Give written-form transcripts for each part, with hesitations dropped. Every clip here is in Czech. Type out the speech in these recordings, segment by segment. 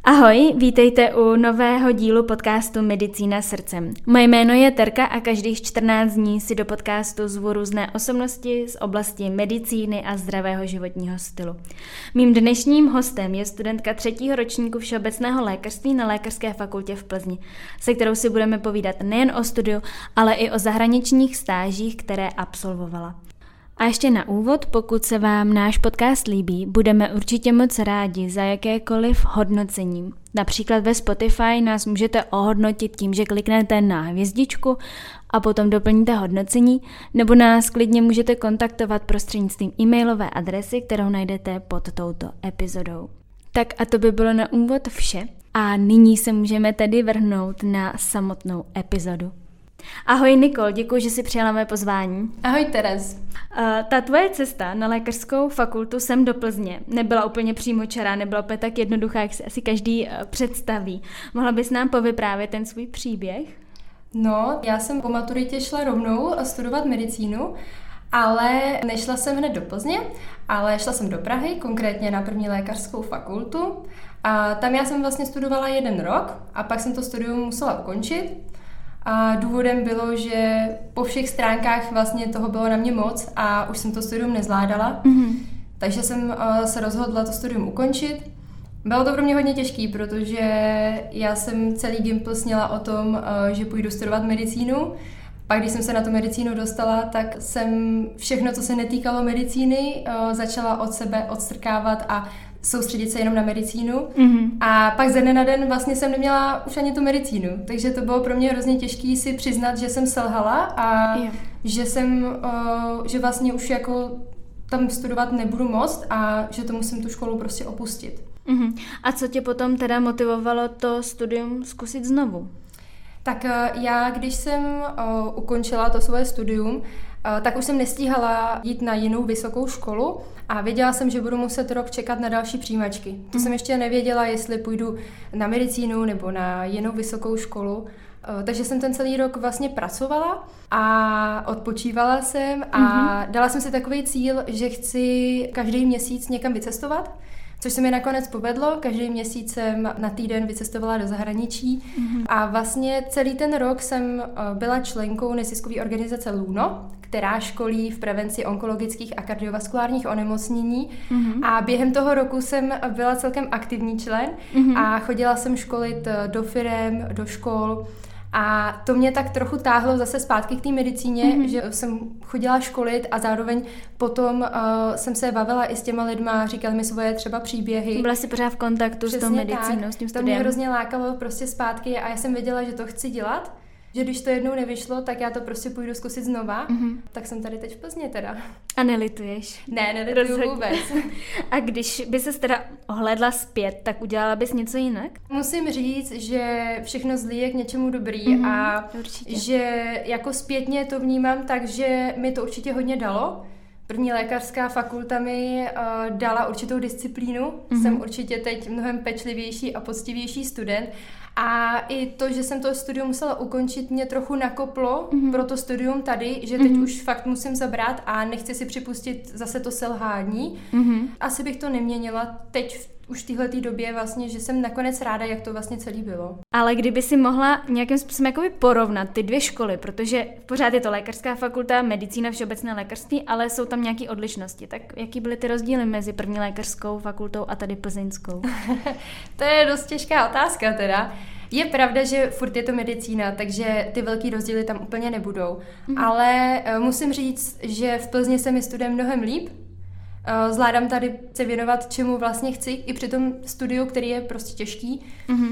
Ahoj, vítejte u nového dílu podcastu Medicína srdcem. Moje jméno je Terka a každých 14 dní si do podcastu zvu různé osobnosti z oblasti medicíny a zdravého životního stylu. Mým dnešním hostem je studentka 3. ročníku všeobecného lékařství na Lékařské fakultě v Plzni, se kterou si budeme povídat nejen o studiu, ale i o zahraničních stážích, které absolvovala. A ještě na úvod, pokud se vám náš podcast líbí, budeme určitě moc rádi za jakékoliv hodnocení. Například ve Spotify nás můžete ohodnotit tím, že kliknete na hvězdičku a potom doplníte hodnocení, nebo nás klidně můžete kontaktovat prostřednictvím e-mailové adresy, kterou najdete pod touto epizodou. Tak a to by bylo na úvod vše a nyní se můžeme tedy vrhnout na samotnou epizodu. Ahoj Nikol, děkuji, že jsi přijala mé pozvání. Ahoj Terez. Ta tvoje cesta na lékařskou fakultu sem do Plzně nebyla úplně přímočará, nebyla úplně tak jednoduchá, jak si asi každý představí. Mohla bys nám povyprávět ten svůj příběh? No, já jsem po maturitě šla rovnou studovat medicínu, ale nešla jsem hned do Plzně, ale šla jsem do Prahy, konkrétně na první lékařskou fakultu. A tam já jsem vlastně studovala 1 rok a pak jsem to studium musela ukončit. A důvodem bylo, že po všech stránkách vlastně toho bylo na mě moc a už jsem to studium nezvládala. Takže jsem se rozhodla to studium ukončit. Bylo to pro mě hodně těžký, protože já jsem celý gimpl sněla o tom, že půjdu studovat medicínu. Pak když jsem se na tu medicínu dostala, tak jsem všechno, co se netýkalo medicíny, začala od sebe odstrkávat a soustředit se jenom na medicínu. A pak ze dne na den vlastně jsem neměla už ani tu medicínu. Takže to bylo pro mě hrozně těžké si přiznat, že jsem selhala a že vlastně už jako tam studovat nebudu moct a že to musím tu školu prostě opustit. A co tě potom teda motivovalo to studium zkusit znovu? Tak já, když jsem ukončila to svoje studium, tak už jsem nestíhala jít na jinou vysokou školu a věděla jsem, že budu muset rok čekat na další přijímačky. To jsem ještě nevěděla, jestli půjdu na medicínu nebo na jinou vysokou školu. Takže jsem ten celý rok vlastně pracovala a odpočívala jsem a dala jsem si takový cíl, že chci každý měsíc někam vycestovat. Což se mi nakonec povedlo, každý měsíc jsem na týden vycestovala do zahraničí a vlastně celý ten rok jsem byla členkou neziskové organizace LUNO, která školí v prevenci onkologických a kardiovaskulárních onemocnění a během toho roku jsem byla celkem aktivní člen a chodila jsem školit do firem, do škol. A to mě tak trochu táhlo zase zpátky k té medicíně, že jsem chodila školit a zároveň potom jsem se bavila i s těma lidma, říkali mi svoje třeba příběhy. Byla jsi pořád v kontaktu Přesně s tou medicínou, tak. S tím studiem. To mě hrozně lákalo prostě zpátky a já jsem věděla, že to chci dělat, že když to jednou nevyšlo, tak já to prostě půjdu zkusit znova. Tak jsem tady teď v Plzně teda. A nelituješ? Ne, nelituju vůbec. A když by ses teda ohlédla zpět, tak udělala bys něco jinak? Musím říct, že všechno zlý je k něčemu dobrý a určitě. Že jako zpětně to vnímám tak, že mi to určitě hodně dalo. První lékařská fakulta mi dala určitou disciplínu. Jsem určitě teď mnohem pečlivější a poctivější student. A i to, že jsem to studium musela ukončit, mě trochu nakoplo pro to studium tady, že teď už fakt musím zabrat a nechci si připustit zase to selhání. Asi bych to neměnila teď už v téhletý době vlastně, že jsem nakonec ráda, jak to vlastně celý bylo. Ale kdyby si mohla nějakým způsobem jakoby porovnat ty 2 školy, protože pořád je to lékařská fakulta, medicína, všeobecné lékařství, ale jsou tam nějaké odlišnosti. Tak jaký byly ty rozdíly mezi první lékařskou fakultou a tady plzeňskou? To je dost těžká otázka teda. Je pravda, že furt je to medicína, takže ty velký rozdíly tam úplně nebudou. Ale musím říct, že v Plzni se mi studuje mnohem líp. Zvládám tady se věnovat, čemu vlastně chci, i při tom studiu, který je prostě těžký.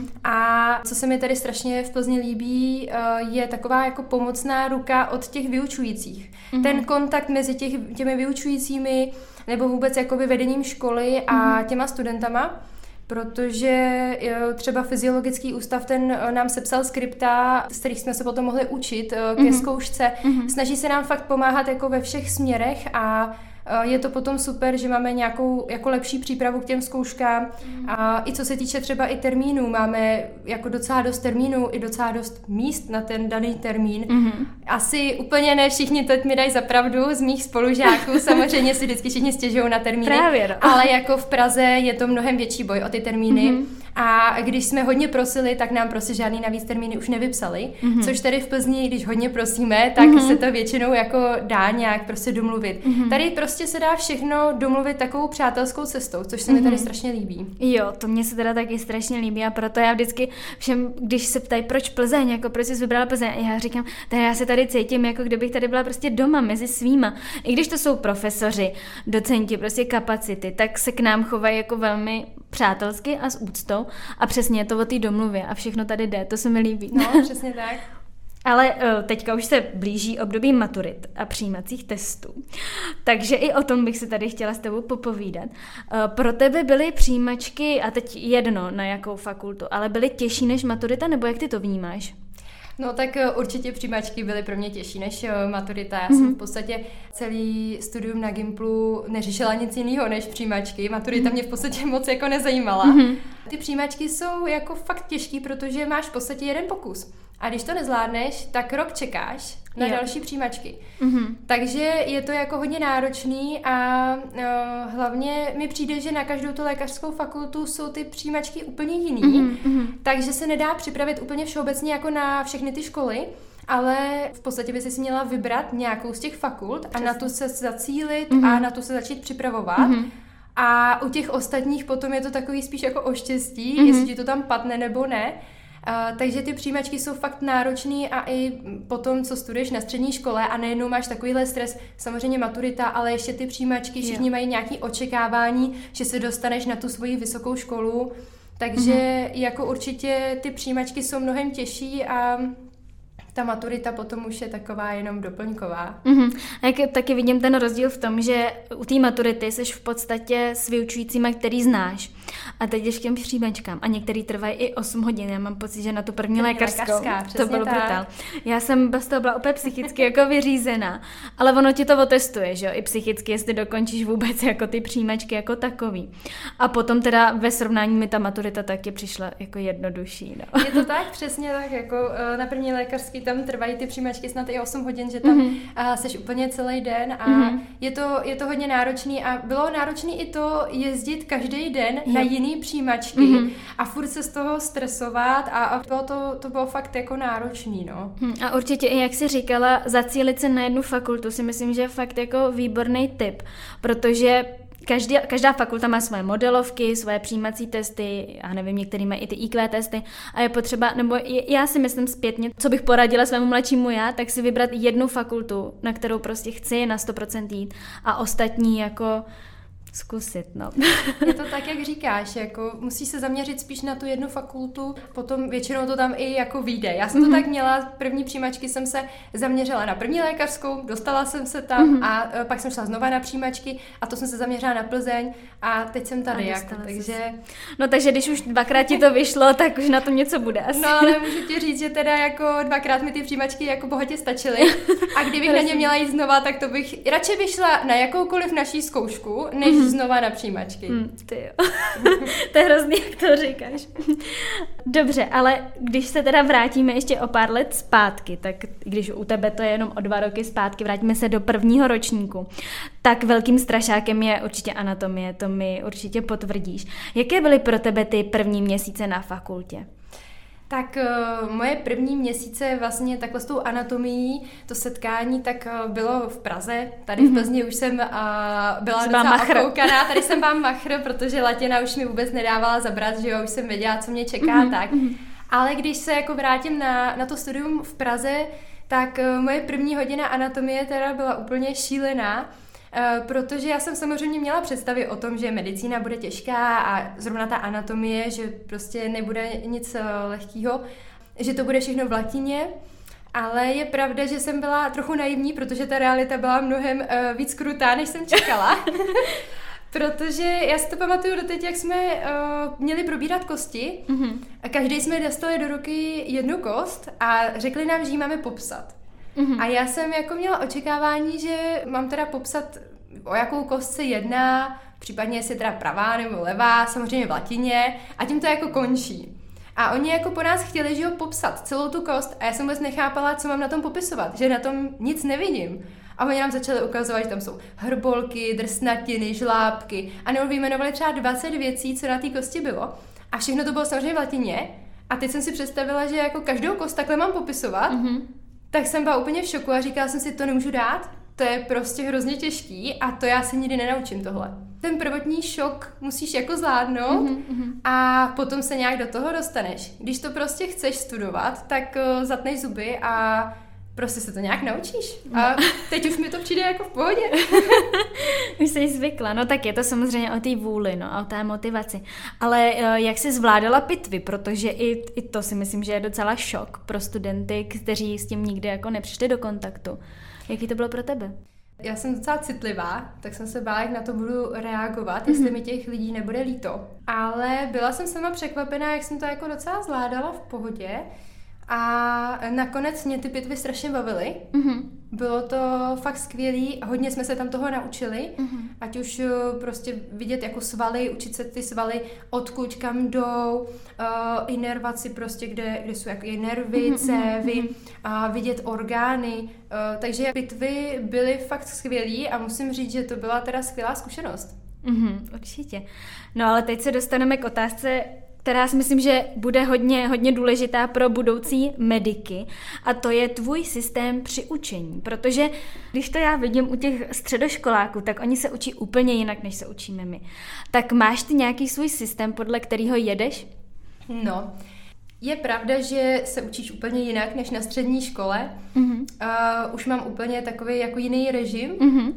A co se mi tady strašně v Plzni líbí, je taková jako pomocná ruka od těch vyučujících. Ten kontakt mezi těmi vyučujícími nebo vůbec jakoby vedením školy a těma studentama, protože třeba fyziologický ústav ten nám sepsal skripta, z kterých jsme se potom mohli učit ke zkoušce. Snaží se nám fakt pomáhat jako ve všech směrech a je to potom super, že máme nějakou jako lepší přípravu k těm zkouškám a i co se týče třeba i termínů, máme jako docela dost termínů i docela dost míst na ten daný termín. Asi úplně ne všichni teď mi dají za pravdu z mých spolužáků, samozřejmě si vždycky všichni stěžují na termíny, právě, no. Ale jako v Praze je to mnohem větší boj o ty termíny A když jsme hodně prosili, tak nám prostě žádný navíc termíny už nevypsali, což tady v Plzni, když hodně prosíme, tak se to většinou jako dá nějak prostě domluvit. Tady prostě se dá všechno domluvit takovou přátelskou cestou, což se mi tady strašně líbí. Jo, to mě se teda taky strašně líbí a proto já vždycky všem, když se ptají, proč Plzeň, jako proč jsi vybrala Plzeň, a já říkám, já se tady cítím, jako kdybych tady byla prostě doma mezi svýma. I když to jsou profesoři, docenti, prostě kapacity, tak se k nám chovají jako velmi přátelsky a s úctou a přesně je to o té domluvě a všechno tady jde, to se mi líbí. No, přesně tak. Ale teďka už se blíží období maturit a přijímacích testů. Takže i o tom bych se tady chtěla s tebou popovídat. Pro tebe byly přijímačky, a teď jedno na jakou fakultu, ale byly těžší než maturita, nebo jak ty to vnímáš? No tak určitě přijímačky byly pro mě těžší než maturita. Já jsem v podstatě celý studium na Gimplu neřešila nic jiného než přijímačky. Maturita mě v podstatě moc jako nezajímala. Ty přijímačky jsou jako fakt těžký, protože máš v podstatě jeden pokus. A když to nezvládneš, tak rok čekáš na další přijímačky. Takže je to jako hodně náročný a hlavně mi přijde, že na každou tu lékařskou fakultu jsou ty přijímačky úplně jiný. Takže se nedá připravit úplně všeobecně jako na všechny ty školy, ale v podstatě by si měla vybrat nějakou z těch fakult a na tu se zacílit a na tu se začít připravovat. A u těch ostatních potom je to takový spíš jako o štěstí, jestli ti to tam padne nebo ne. Takže ty přijímačky jsou fakt náročný a i potom, co studuješ na střední škole a nejenom máš takovýhle stres, samozřejmě maturita, ale ještě ty přijímačky, všichni mají nějaké očekávání, že se dostaneš na tu svoji vysokou školu, takže jako určitě ty přijímačky jsou mnohem těžší a ta maturita potom už je taková jenom doplňková. A jak taky vidím ten rozdíl v tom, že u té maturity jsi v podstatě s vyučujícíma, který znáš. A teď jdeš k těm přijímačkám. A některý trvají i 8 hodin. Já mám pocit, že na tu první lékařskou to bylo brutál. Já jsem bez toho byla úplně psychicky jako vyřízená. Ale ono ti to otestuje, že jo? I psychicky, jestli dokončíš vůbec jako ty přijímačky jako takový. A potom teda ve srovnání mi ta maturita taky přišla jako jednodušší. No. Je to tak, přesně tak. Jako na první lékařský tam trvají ty přijímačky snad i 8 hodin, že tam seš úplně celý den a je to hodně náročný a bylo náročný i to jezdit každý den na jiný přijímačky a furt se z toho stresovat a to bylo fakt jako náročný, no. A určitě i jak jsi říkala, zacílit se na jednu fakultu si myslím, že je fakt jako výborný tip, protože každá fakulta má svoje modelovky, svoje přijímací testy, já nevím, některý mají i ty IQ testy a je potřeba, nebo já si myslím zpětně, co bych poradila svému mladšímu já, tak si vybrat jednu fakultu, na kterou prostě chci na 100% jít a ostatní jako zkusit, no. Je to tak, jak říkáš, jako musíš se zaměřit spíš na tu jednu fakultu, potom většinou to tam i jako vyjde. Já jsem to tak měla, první přijímačky jsem se zaměřila na první lékařskou, dostala jsem se tam a pak jsem šla znova na přijímačky a to jsem se zaměřila na Plzeň a teď jsem tady, jako, takže... No takže když už dvakrát ti to vyšlo, tak už na tom něco bude asi. No ale můžu ti říct, že teda jako dvakrát mi ty přijímačky jako bohatě stačily a kdybych na ně měla jít znova, tak to bych radši vyšla na jakoukoliv naší zkoušku, než znova na přijímačky. Ty jo. To je hrozný, jak to říkáš. Dobře, ale když se teda vrátíme ještě o pár let zpátky, tak když u tebe to je jenom o 2 roky zpátky, vrátíme se do prvního ročníku, tak velkým strašákem je určitě anatomie, to mi určitě potvrdíš. Jaké byly pro tebe ty první měsíce na fakultě? Tak moje první měsíce vlastně takhle s tou anatomií, to setkání, tak bylo v Praze. Tady v Plzni už jsem byla docela okoukaná. Tady jsem vám machr, protože latina už mi vůbec nedávala zabrat, že jo, už jsem věděla, co mě čeká, tak. Ale když se jako vrátím na to studium v Praze, tak moje první hodina anatomie teda byla úplně šílená. Protože já jsem samozřejmě měla představy o tom, že medicína bude těžká a zrovna ta anatomie, že prostě nebude nic lehkýho, že to bude všechno v latině, ale je pravda, že jsem byla trochu naivní, protože ta realita byla mnohem víc krutá, než jsem čekala. Protože já si to pamatuju doteď, jak jsme měli probírat kosti a každý jsme dostali do ruky jednu kost a řekli nám, že ji máme popsat. A já jsem jako měla očekávání, že mám teda popsat, o jakou kost se jedná, případně jestli je teda pravá nebo levá, samozřejmě v latině a tím to jako končí. A oni jako po nás chtěli, že jo, popsat celou tu kost a já jsem vůbec nechápala, co mám na tom popisovat, že na tom nic nevidím. A oni nám začali ukazovat, že tam jsou hrbolky, drsnatiny, žlábky a nebo vyjmenovali třeba 20 věcí, co na té kosti bylo. A všechno to bylo samozřejmě v latině. A teď jsem si představila, že jako každou kost takhle mám popisovat, tak jsem byla úplně v šoku a říkala jsem si, to nemůžu dát, to je prostě hrozně těžký a to já se nikdy nenaučím tohle. Ten prvotní šok musíš jako zvládnout a potom se nějak do toho dostaneš. Když to prostě chceš studovat, tak zatneš zuby a prostě se to nějak naučíš. A teď už mi to přijde jako v pohodě. Už jsi zvykla. No tak je to samozřejmě o té vůli, no, a o té motivaci. Ale jak jsi zvládala pitvy? Protože i to si myslím, že je docela šok pro studenty, kteří s tím nikdy jako nepřišli do kontaktu. Jaký to bylo pro tebe? Já jsem docela citlivá, tak jsem se bála, jak na to budu reagovat, jestli mi těch lidí nebude líto. Ale byla jsem sama překvapená, jak jsem to jako docela zvládala v pohodě. A nakonec mě ty pitvy strašně bavily. Bylo to fakt skvělý, hodně jsme se tam toho naučili, ať už prostě vidět jako svaly, učit se ty svaly, odkud kam jdou, inervaci prostě, kde jsou jako nervy, cévy, a vidět orgány, takže pitvy byly fakt skvělý a musím říct, že to byla teda skvělá zkušenost. Určitě. No ale teď se dostaneme k otázce, která si myslím, že bude hodně důležitá pro budoucí mediky, a to je tvůj systém při učení, protože když to já vidím u těch středoškoláků, tak oni se učí úplně jinak, než se učíme my. Tak máš ty nějaký svůj systém, podle kterého jedeš? No, je pravda, že se učíš úplně jinak než na střední škole. Už mám úplně takový jako jiný režim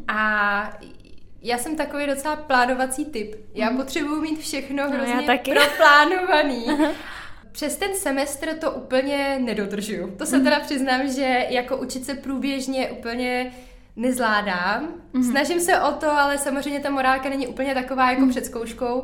a já jsem takový docela plánovací typ. Já potřebuji mít všechno hrozně proplánovaný. Přes ten semestr to úplně nedodržuju. To se teda přiznám, že jako učit se průběžně úplně nezvládám. Snažím se o to, ale samozřejmě ta morálka není úplně taková jako před zkouškou.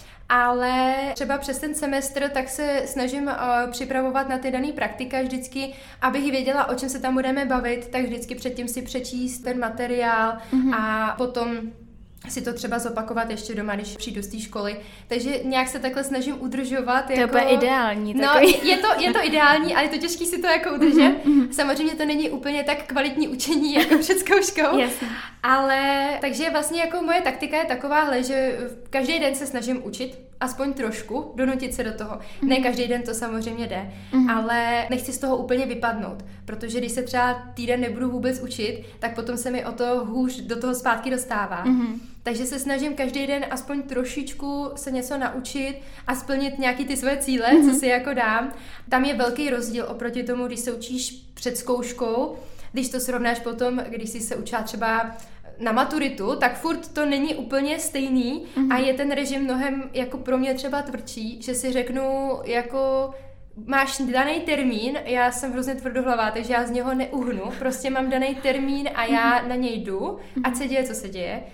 Ale třeba přes ten semestr tak se snažím připravovat na ty daný praktika vždycky, abych věděla, o čem se tam budeme bavit, tak vždycky předtím si přečíst ten materiál a potom si to třeba zopakovat ještě doma, když přijdu z té školy. Takže nějak se takhle snažím udržovat. To je úplně ideální. No, je to ideální, ale je to těžký si to jako udržet. Samozřejmě to není úplně tak kvalitní učení jako před zkouškou. Jasně. Ale takže vlastně jako moje taktika je takováhle, že každý den se snažím učit, aspoň trošku, donutit se do toho. Ne každý den to samozřejmě jde, ale nechci z toho úplně vypadnout, protože když se třeba týden nebudu vůbec učit, tak potom se mi o to hůř do toho zpátky dostává. Takže se snažím každý den aspoň trošičku se něco naučit a splnit nějaký ty své cíle, co si jako dám. Tam je velký rozdíl oproti tomu, když se učíš před zkouškou, když to srovnáš potom, když jsi se učila třeba na maturitu, tak furt to není úplně stejný a je ten režim mnohem jako pro mě třeba tvrdší, že si řeknu jako máš daný termín, já jsem hrozně tvrdohlavá, takže já z něho neuhnu, prostě mám daný termín a já na něj jdu, ať se děje, co se děje.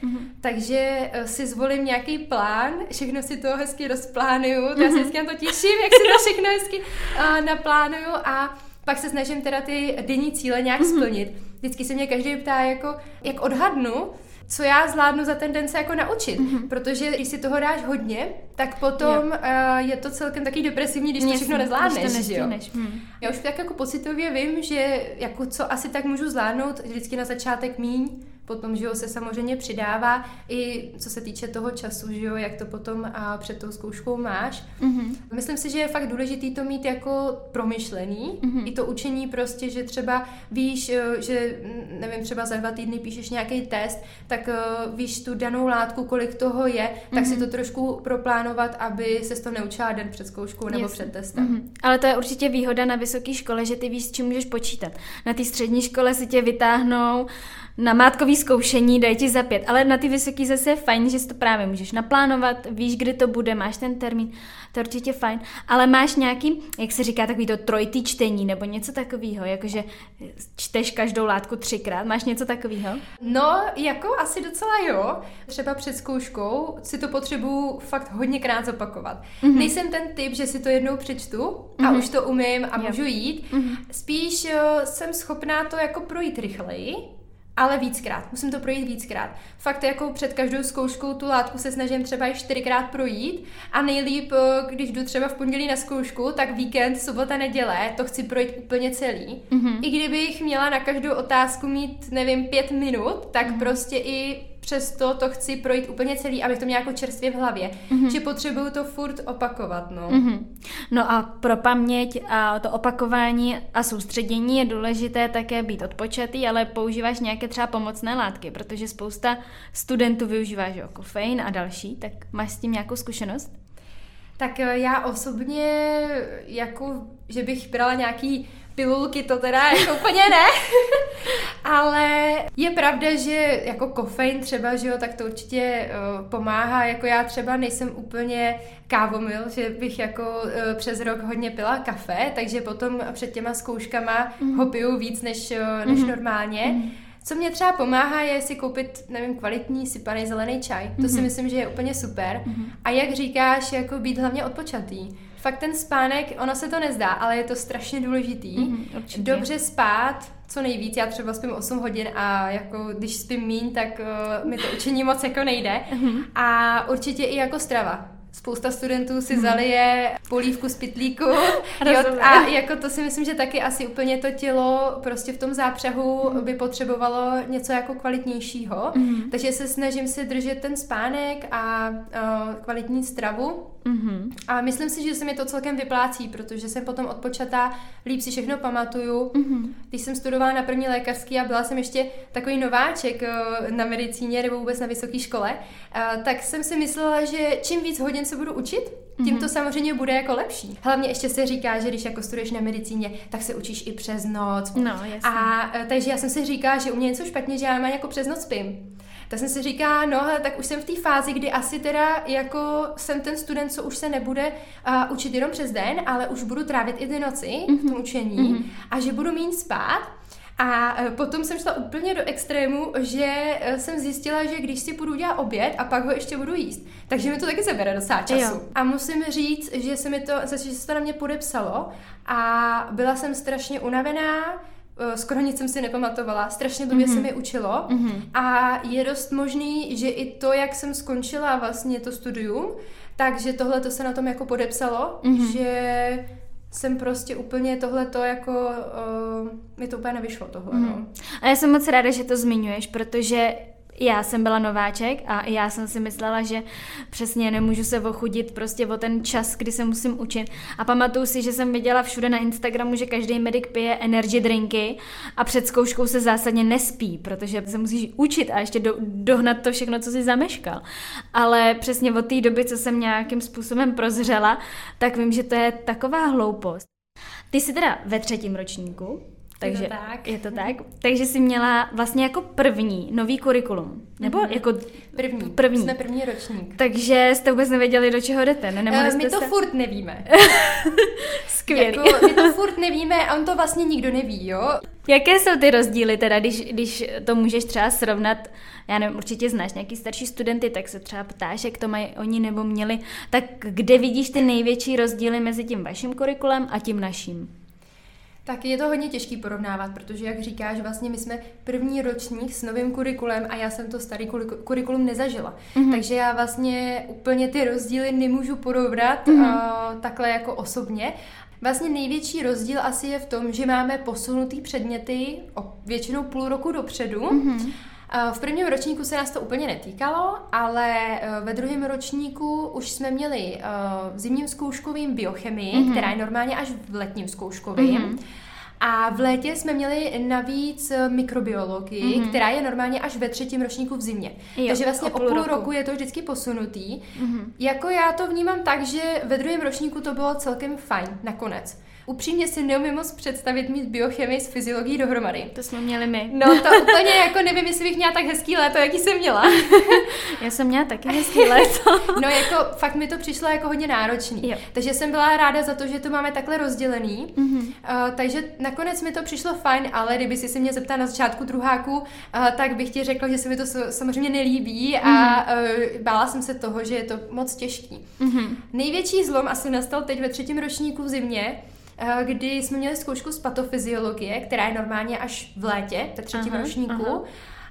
Takže si zvolím nějaký plán, všechno si to hezky rozplánuju, já se hezky na to těším, jak si to všechno hezky naplánuju a pak se snažím teda ty denní cíle nějak splnit. Vždycky se mě každý ptá, jako, jak odhadnu, co já zvládnu za ten den se jako naučit. Protože když si toho dáš hodně, tak potom je to celkem taky depresivní, když to všechno nezvládneš. Já už tak jako pocitově vím, že jako co asi tak můžu zvládnout, vždycky na začátek míň, potom, že jo, se samozřejmě přidává i co se týče toho času, že jo, jak to potom před tou zkouškou máš. Myslím si, že je fakt důležitý to mít jako promyšlený, i to učení prostě, že třeba víš, že nevím, třeba za 2 týdny píšeš nějaký test, tak víš tu danou látku, kolik toho je, tak si to trošku proplánovat, aby ses to neučila den před zkouškou nebo před testem. Ale to je určitě výhoda na vysoké škole, že ty víš, s čím můžeš počítat. Na té střední škole si tě vytáhnou na mátkový zkoušení, dají ti za 5, ale na ty vysoký zase je fajn, že si to právě můžeš naplánovat, víš, kdy to bude, máš ten termín, to je určitě fajn, ale máš nějaký, jak se říká, takový to trojitý čtení nebo něco takového, jakože čteš každou látku 3krát, máš něco takového? No, jako asi docela jo, třeba před zkouškou si to potřebuju fakt hodněkrát zopakovat. Nejsem ten typ, že si to jednou přečtu a už to umím a můžu jít, spíš jsem schopná to jako projít rychleji, ale víckrát. Musím to projít víckrát. Fakt jako před každou zkouškou tu látku se snažím třeba i 4krát projít a nejlíp, když jdu třeba v pondělí na zkoušku, tak víkend, sobota, neděle, to chci projít úplně celý. I kdybych měla na každou otázku mít, nevím, 5 minut, tak prostě i přesto to chci projít úplně celý, abych to měla jako čerstvě v hlavě. Že potřebuju to furt opakovat, no. No a pro paměť a to opakování a soustředění je důležité také být odpočatý, ale používáš nějaké třeba pomocné látky, protože spousta studentů využívá, že kofein a další, tak máš s tím nějakou zkušenost? Tak já osobně, jako, že bych brala nějaký pilulky, to teda jako úplně ne, ale je pravda, že jako kofein třeba, že jo, tak to určitě pomáhá, jako já třeba nejsem úplně kávomil, že bych jako přes rok hodně pila kafe, takže potom před těma zkouškama ho piju víc než normálně. Co mě třeba pomáhá, je si koupit, nevím, kvalitní sypaný zelený čaj. To si myslím, že je úplně super. A jak říkáš, jako být hlavně odpočatý. Fakt ten spánek, ono se to nezdá, ale je to strašně důležitý. Dobře spát, co nejvíc. Já třeba spím 8 hodin a jako když spím míň, tak mi to učení moc jako nejde. A určitě i jako strava. Spousta studentů si zalije polívku z pytlíku a jako to si myslím, že taky asi úplně to tělo prostě v tom zápřehu by potřebovalo něco jako kvalitnějšího. Takže se snažím si držet ten spánek a kvalitní stravu. A myslím si, že se mi to celkem vyplácí, protože jsem potom odpočatá, líp si všechno pamatuju. Když jsem studovala na první lékařský a byla jsem ještě takový nováček na medicíně nebo vůbec na vysoké škole, tak jsem si myslela, že čím víc hodin se budu učit, tím to samozřejmě bude jako lepší. Hlavně ještě se říká, že když jako studuješ na medicíně, tak se učíš i přes noc. No, jasně. A takže já jsem si říkala, že u mě něco špatně, že já mám jako přes noc spím. Tak jsem si říkala, no hele, tak už jsem v té fázi, kdy asi teda jako jsem ten student, co už se nebude učit jenom přes den, ale už budu trávit i ty noci v tom učení a že budu méně spát. A potom jsem šla úplně do extrému, že jsem zjistila, že když si půjdu dělat oběd a pak ho ještě budu jíst, takže mi to taky zabere docela času. Jo. A musím říct, že se to na mě podepsalo a byla jsem strašně unavená, skoro nic jsem si nepamatovala, strašně blbě se mi učilo a je dost možný, že i to, jak jsem skončila vlastně to studium, takže tohle to se na tom jako podepsalo, že jsem prostě úplně tohleto jako, mi to úplně nevyšlo tohle, no. A já jsem moc ráda, že to zmiňuješ, protože já jsem byla nováček a já jsem si myslela, že přesně nemůžu se ochudit prostě o ten čas, kdy se musím učit. A pamatuju si, že jsem viděla všude na Instagramu, že každý medic pije energy drinky a před zkouškou se zásadně nespí, protože se musíš učit a ještě dohnat to všechno, co jsi zameškal. Ale přesně od té doby, co jsem nějakým způsobem prozřela, tak vím, že to je taková hloupost. Ty jsi teda ve 3. ročníku, takže je to tak. Takže jsi měla vlastně jako první nový kurikulum. Nebo jako první. Jsme první ročník. Takže jste vůbec nevěděli, do čeho jdete. My to furt nevíme. Skvělý. Jako, my to furt nevíme a on to vlastně nikdo neví, jo. Jaké jsou ty rozdíly teda, když to můžeš třeba srovnat, já nevím, určitě znáš nějaký starší studenty, tak se třeba ptáš, jak to mají oni nebo měli, tak kde vidíš ty největší rozdíly mezi tím vaším kurikulem a tím naším? Tak je to hodně těžký porovnávat, protože jak říkáš, vlastně my jsme první ročník s novým kurikulem a já jsem to starý kurikulum nezažila. Takže já vlastně úplně ty rozdíly nemůžu porovnat takhle jako osobně. Vlastně největší rozdíl asi je v tom, že máme posunutý předměty o většinou půl roku dopředu. V prvním ročníku se nás to úplně netýkalo, ale ve druhém ročníku už jsme měli v zimním zkouškovým biochemii, která je normálně až v letním zkouškovým. A v létě jsme měli navíc mikrobiologii, která je normálně až ve 3. ročníku v zimě. Takže vlastně o půl roku je to vždycky posunutý. Jako já to vnímám tak, že ve 2. ročníku to bylo celkem fajn nakonec. Upřímně si neumím moc představit mít biochemii s fyziologií dohromady. To jsme měli my. No to úplně jako nevím, jestli bych měla tak hezký léto, jaký jsem měla. Já jsem měla taky hezký léto. No jako fakt mi to přišlo jako hodně náročný. Jo. Takže jsem byla ráda za to, že to máme takhle rozdělený. Takže nakonec mi to přišlo fajn, ale kdyby si mě zeptala na začátku druháku, tak bych ti řekla, že se mi to samozřejmě nelíbí a bála jsem se toho, že je to moc těžký. Největší zlom asi nastal teď ve 3. ročníku v zimě, kdy jsme měli zkoušku z patofyziologie, která je normálně až v létě, ve 3. ročníku.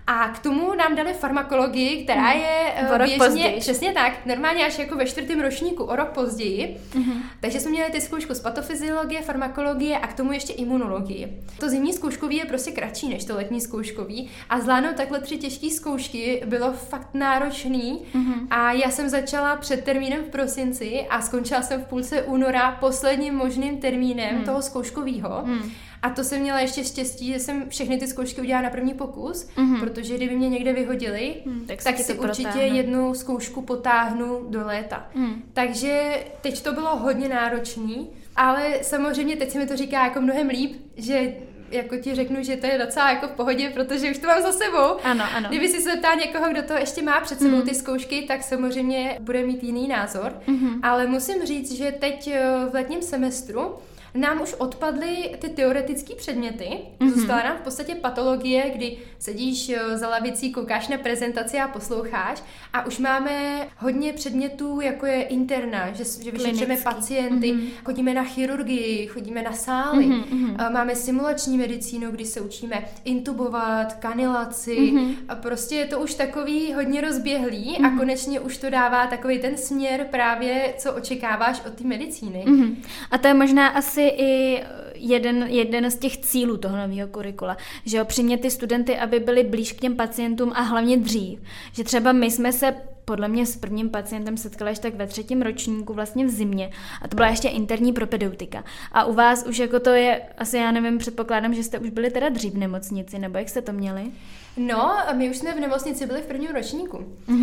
A k tomu nám dali farmakologii, která je běžně, přesně tak, normálně až jako ve 4. ročníku, o rok později. Takže jsme měli ty zkoušku z patofyziologie, farmakologie a k tomu ještě imunologii. To zimní zkouškový je prostě kratší než to letní zkouškový a zvládnout takhle 3 těžké zkoušky bylo fakt náročný a já jsem začala před termínem v prosinci a skončila jsem v půlce února posledním možným termínem toho zkouškovýho. A to jsem měla ještě štěstí, že jsem všechny ty zkoušky udělala na první pokus, protože kdyby mě někde vyhodili, tak si určitě jednu zkoušku potáhnu do léta. Takže teď to bylo hodně náročný, ale samozřejmě teď se mi to říká jako mnohem líp, že jako ti řeknu, že to je docela jako v pohodě, protože už to mám za sebou. Ano. Kdyby si se zeptala někoho, kdo to ještě má před sebou ty zkoušky, tak samozřejmě bude mít jiný názor. Ale musím říct, že teď v letním semestru nám už odpadly ty teoretické předměty. Zůstala nám v podstatě patologie, kdy sedíš za lavicí, koukáš na prezentaci a posloucháš. A už máme hodně předmětů, jako je interna, že vyšetřeme pacienty, chodíme na chirurgii, chodíme na sály. Máme simulační medicínu, kdy se učíme intubovat, kanilaci. A prostě je to už takový hodně rozběhlý a konečně už to dává takový ten směr právě, co očekáváš od té medicíny. A to je možná asi i jeden z těch cílů toho nového kurikula, že jo, přimět ty studenty, aby byli blíž k těm pacientům a hlavně dřív. Že třeba my jsme se podle mě s prvním pacientem setkali až tak ve 3. ročníku, vlastně v zimě. A to byla ještě interní propedeutika. A u vás už jako to je, asi já nevím, předpokládám, že jste už byli teda dřív v nemocnici, nebo jak jste to měli? No, my už jsme v nemocnici byli v 1. ročníku.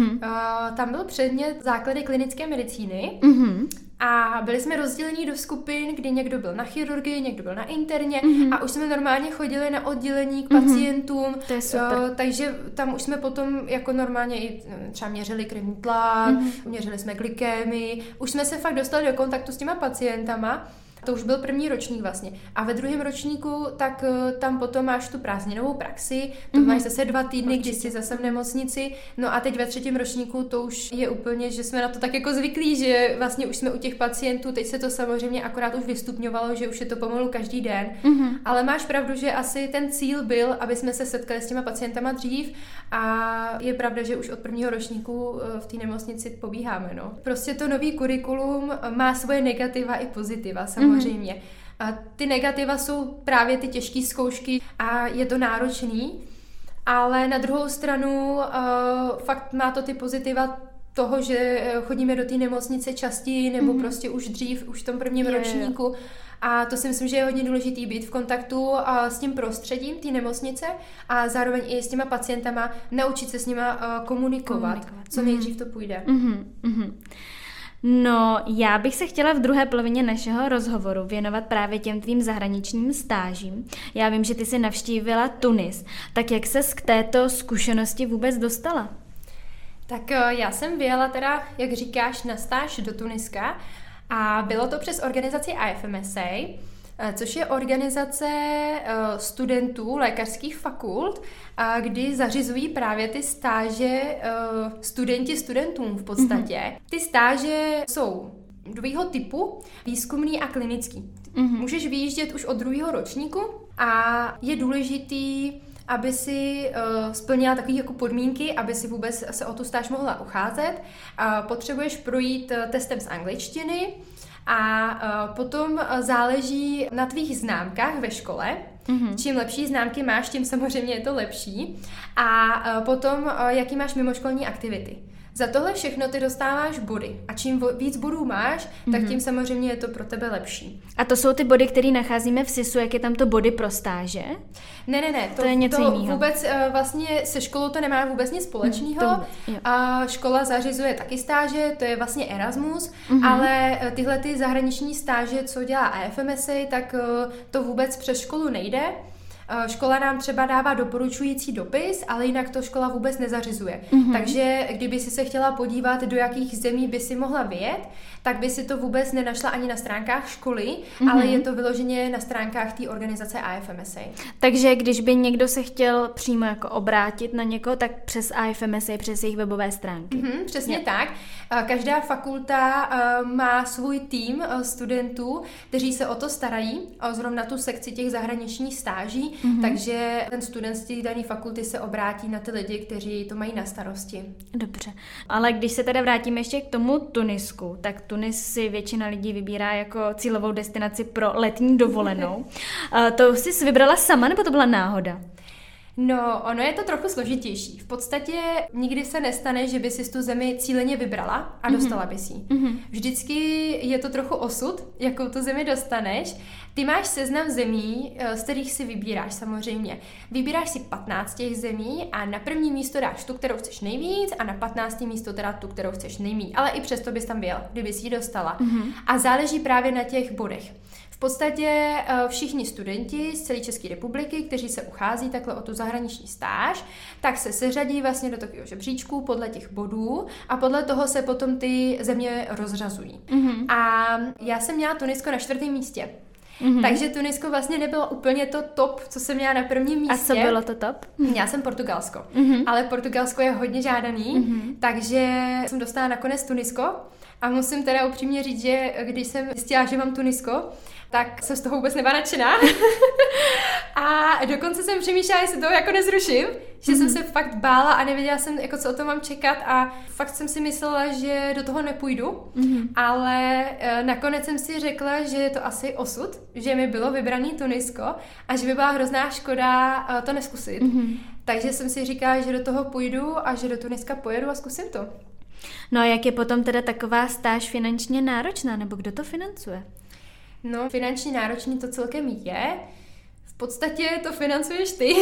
Tam byl předmět základy klinické medicíny a byli jsme rozdělení do skupin, kdy někdo byl na chirurgii, někdo byl na interně a už jsme normálně chodili na oddělení k pacientům. To je super. Takže tam už jsme potom jako normálně i třeba měřili krevní tlak, měřili jsme glykémii, už jsme se fakt dostali do kontaktu s těma pacientama. To už byl 1. ročník vlastně. A ve 2. ročníku, tak tam potom máš tu prázdninovou praxi, to máš zase 2 týdny, kdy jsi zase v nemocnici. No a teď ve 3. ročníku to už je úplně, že jsme na to tak jako zvyklí, že vlastně už jsme u těch pacientů, teď se to samozřejmě akorát už vystupňovalo, že už je to pomalu každý den. Ale máš pravdu, že asi ten cíl byl, aby jsme se setkali s těma pacientama dřív a je pravda, že už od 1. ročníku v té nemocnici pobíháme. No. Prostě to nový kurikulum má svoje negativa i pozitiva, samozřejmě. A ty negativa jsou právě ty těžké zkoušky a je to náročný, ale na druhou stranu fakt má to ty pozitiva toho, že chodíme do té nemocnice častěji nebo prostě už dřív, už v tom 1. ročníku. A to si myslím, že je hodně důležitý být v kontaktu s tím prostředím té nemocnice a zároveň i s těma pacientama, naučit se s nima komunikovat. Co nejdřív to půjde. No, já bych se chtěla v druhé polovině našeho rozhovoru věnovat právě těm tvým zahraničním stážím. Já vím, že ty jsi navštívila Tunis. Tak jak ses k této zkušenosti vůbec dostala? Tak já jsem vyjela teda, jak říkáš, na stáž do Tuniska a bylo to přes organizaci IFMSA, což je organizace studentů lékařských fakult, kdy zařizují právě ty stáže studentům v podstatě. Ty stáže jsou dvojího typu, výzkumný a klinický. Můžeš vyjíždět už od 2. ročníku a je důležitý, aby si splnila takové jako podmínky, aby si vůbec se o tu stáž mohla ucházet. Potřebuješ projít testem z angličtiny a potom záleží na tvých známkách ve škole. Čím lepší známky máš, tím samozřejmě je to lepší. A potom, jaký máš mimoškolní aktivity. Za tohle všechno ty dostáváš body. A čím víc bodů máš, tak tím samozřejmě je to pro tebe lepší. A to jsou ty body, které nacházíme v SISu, jak je tam to body pro stáže? Ne, to je něco jiného. Vůbec vlastně se školou to nemá vůbec nic společného. A škola zařizuje taky stáže, to je vlastně Erasmus, ale tyhle ty zahraniční stáže, co dělá IFMSA, tak to vůbec přes školu nejde. Škola nám třeba dává doporučující dopis, ale jinak to škola vůbec nezařizuje. Takže kdyby si se chtěla podívat, do jakých zemí by si mohla vyjet, tak by si to vůbec nenašla ani na stránkách školy, ale je to vyloženě na stránkách té organizace IFMSA. Takže když by někdo se chtěl přímo jako obrátit na někoho, tak přes IFMSA, přes jejich webové stránky. Přesně tak. Každá fakulta má svůj tým studentů, kteří se o to starají, zrovna tu sekci těch zahraničních stáží. takže ten student z té dané fakulty se obrátí na ty lidi, kteří to mají na starosti. Dobře, ale když se teda vrátíme ještě k tomu Tunisku, tak Tunis si většina lidí vybírá jako cílovou destinaci pro letní dovolenou. To jsi vybrala sama, nebo to byla náhoda? No, ono je to trochu složitější. V podstatě nikdy se nestane, že by si tu zemi cíleně vybrala a dostala bys ji. Vždycky je to trochu osud, jakou tu zemi dostaneš. Ty máš seznam zemí, z kterých si vybíráš samozřejmě. Vybíráš si 15 těch zemí a na první místo dáš tu, kterou chceš nejvíc a na 15. místo teda tu, kterou chceš nejméně. Ale i přesto bys tam byl, kdybys ji dostala. A záleží právě na těch bodech. V podstatě všichni studenti z celé České republiky, kteří se uchází takhle o tu zahraniční stáž, tak se seřadí vlastně do takového žebříčku podle těch bodů a podle toho se potom ty země rozřazují. A já jsem měla Tunisko na 4. místě. Takže Tunisko vlastně nebylo úplně to top, co jsem měla na prvním místě. A co bylo to top? Měla jsem Portugalsko. Ale Portugalsko je hodně žádaný, takže jsem dostala nakonec Tunisko. A musím teda upřímně říct, že když jsem zjistila, že mám Tunisko, tak jsem z toho vůbec nebyla nadšená. A dokonce jsem přemýšlela, jestli to jako nezruším, že jsem se fakt bála a nevěděla jsem, jako, co o tom mám čekat a fakt jsem si myslela, že do toho nepůjdu, ale nakonec jsem si řekla, že je to asi osud, že mi bylo vybraný Tunisko a že by byla hrozná škoda to neskusit. Takže jsem si říkala, že do toho půjdu a že do Tuniska pojedu a zkusím to. No a jak je potom teda taková stáž finančně náročná, nebo kdo to financuje? No, finančně náročný to celkem je. V podstatě to financuješ ty.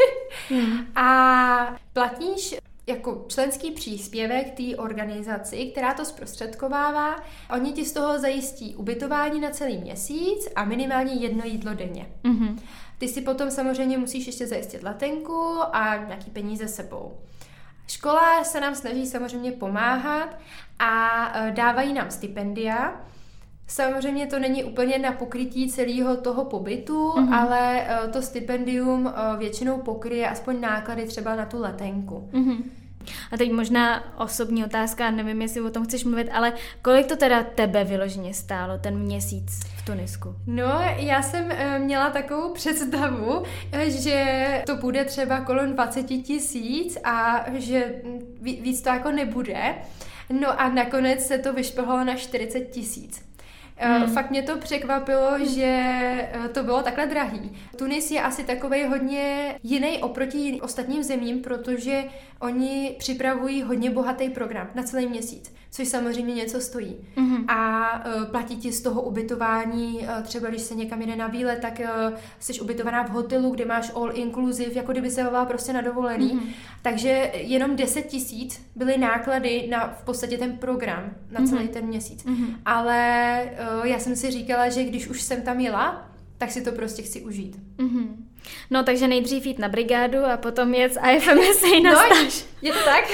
A platíš jako členský příspěvek té organizaci, která to zprostředkovává. Oni ti z toho zajistí ubytování na celý měsíc a minimálně 1 jídlo denně. Ty si potom samozřejmě musíš ještě zajistit letenku a nějaký peníze sebou. Škola se nám snaží samozřejmě pomáhat a dávají nám stipendia. Samozřejmě to není úplně na pokrytí celého toho pobytu, ale to stipendium většinou pokryje aspoň náklady třeba na tu letenku. A teď možná osobní otázka, nevím, jestli o tom chceš mluvit, ale kolik to teda tebe vyloženě stálo ten měsíc v Tunisku? No, já jsem měla takovou představu, že to bude třeba kolem 20 000 a že víc to jako nebude. No a nakonec se to vyšplhalo na 40 000. Fakt mě to překvapilo, že to bylo takhle drahý. Tunis je asi takovej hodně jiný oproti ostatním zemím, protože oni připravují hodně bohatý program na celý měsíc, což samozřejmě něco stojí. A platí ti z toho ubytování, třeba když se někam jde na výlet, tak jsi ubytovaná v hotelu, kde máš all inclusive, jako kdyby se byla prostě na dovolený. Takže jenom 10 000 byly náklady na v podstatě ten program na celý ten měsíc. Ale já jsem si říkala, že když už jsem tam jela, tak si to prostě chci užít. No, takže nejdřív jít na brigádu a potom jet z IFMSA na stáž. Je to tak?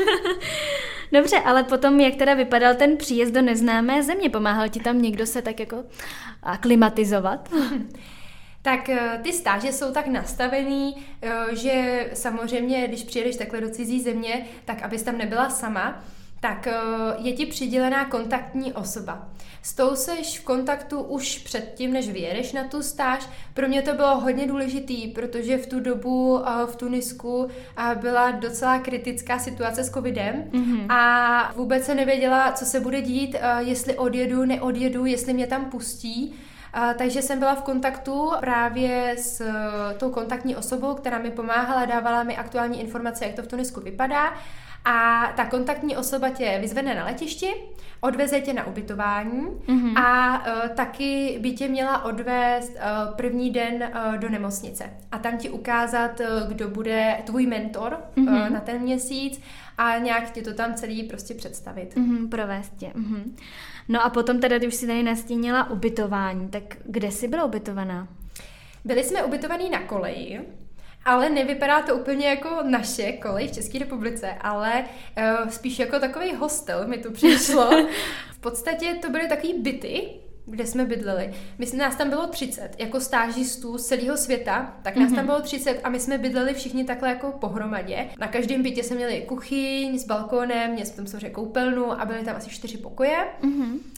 Dobře, ale potom, jak teda vypadal ten příjezd do neznámé země? Pomáhal ti tam někdo se tak jako aklimatizovat? Tak ty stáže jsou tak nastavený, že samozřejmě, když přijedeš takhle do cizí země, tak abys tam nebyla sama, tak je ti přidělená kontaktní osoba. S tou seš v kontaktu už předtím, než vyjedeš na tu stáž. Pro mě to bylo hodně důležitý, protože v tu dobu v Tunisku byla docela kritická situace s covidem a vůbec se nevěděla, co se bude dít, jestli odjedu, neodjedu, jestli mě tam pustí. Takže jsem byla v kontaktu právě s tou kontaktní osobou, která mi pomáhala, dávala mi aktuální informace, jak to v Tunisku vypadá. A ta kontaktní osoba tě vyzvedne na letišti, odveze tě na ubytování a taky by tě měla odvést první den do nemocnice. A tam ti ukázat, kdo bude tvůj mentor na ten měsíc a nějak ti to tam celý prostě představit. Provést tě. No a potom teda, když jsi tady nastínila ubytování, tak kde jsi byla ubytovaná? Byli jsme ubytovaní na koleji, ale nevypadá to úplně jako naše kolej v České republice, ale spíš jako takový hostel mi to přišlo. V podstatě to byly takový byty, kde jsme bydleli. Nás tam bylo 30, jako stážistů z celého světa, tak nás tam bylo 30 a my jsme bydleli všichni takhle jako pohromadě. Na každém bytě jsme měli kuchyň s balkónem, měli jsme tam samozřejmě koupelnu a byly tam asi 4 pokoje.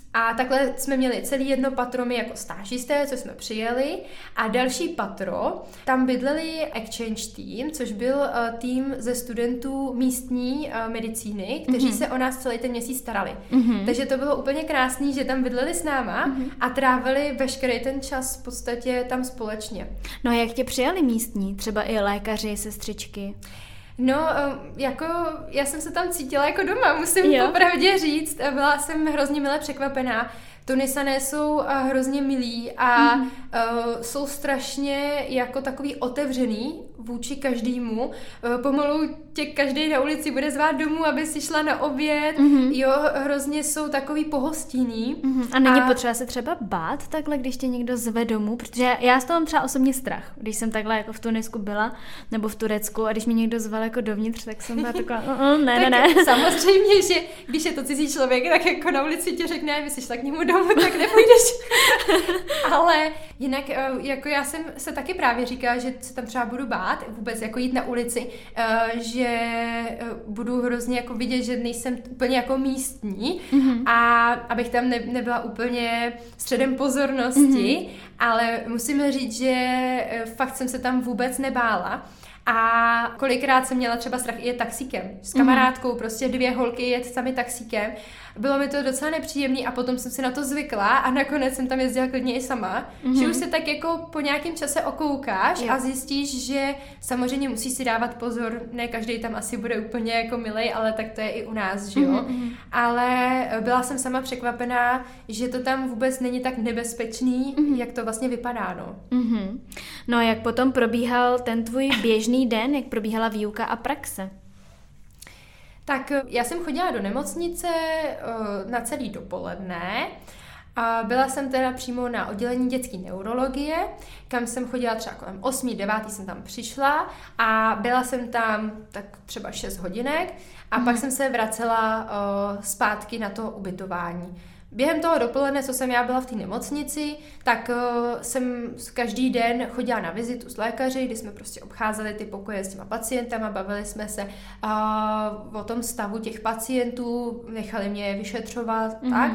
A takhle jsme měli celý jedno patro my jako stážisté, co jsme přijeli, a další patro, tam bydleli exchange team, což byl tým ze studentů místní medicíny, kteří se o nás celý ten měsíc starali. Takže to bylo úplně krásný, že tam bydleli s náma a trávili veškerý ten čas v podstatě tam společně. No a jak tě přijali místní? Třeba i lékaři, sestřičky? No, jako já jsem se tam cítila jako doma, musím popravdě říct. Byla jsem hrozně milé překvapená. Tunisané jsou hrozně milí a jsou strašně jako takový otevřený vůči každému. Pomalu tě každý na ulici bude zvát domů, aby si šla na oběd. Jo, hrozně jsou takový pohostinní. A není potřeba se třeba bát takhle, když tě někdo zve domů? Protože já z toho mám třeba osobně strach. Když jsem takhle jako v Tunisku byla, nebo v Turecku, a když mě někdo zval jako dovnitř, tak jsem byla taková, ne. Samozřejmě, že když je to cizí člověk, tak jako na ulici ti řekne, my jsi šla k němu domů, tak nepůjdeš. Ale jinak, jako já jsem se taky právě říkala, že se tam třeba budu bát, vůbec jako jít na ulici, že budu hrozně jako vidět, že nejsem úplně jako místní a abych tam nebyla úplně středem pozornosti, ale musím říct, že fakt jsem se tam vůbec nebála. A kolikrát jsem měla třeba strach i jet taxíkem. S kamarádkou, prostě 2 holky jet sami taxíkem. Bylo mi to docela nepříjemné a potom jsem si na to zvykla a nakonec jsem tam jezdila klidně i sama. Že už se tak jako po nějakém čase okoukáš a zjistíš, že samozřejmě musíš si dávat pozor, ne každý tam asi bude úplně jako milej, ale tak to je i u nás, že jo. Ale byla jsem sama překvapená, že to tam vůbec není tak nebezpečný, jak to vlastně vypadá, no. No a jak potom probíhal ten tvůj běžný den, jak probíhala výuka a praxe? Tak já jsem chodila do nemocnice na celý dopoledne a byla jsem teda přímo na oddělení dětské neurologie, kam jsem chodila třeba kolem 8, 9 jsem tam přišla a byla jsem tam tak třeba 6 hodinek a pak jsem se vracela zpátky na to ubytování. Během toho dopoledne, co jsem já byla v té nemocnici, tak jsem každý den chodila na vizitu s lékaři, kdy jsme prostě obcházeli ty pokoje s těma pacientama, bavili jsme se o tom stavu těch pacientů, nechali mě je vyšetřovat, tak.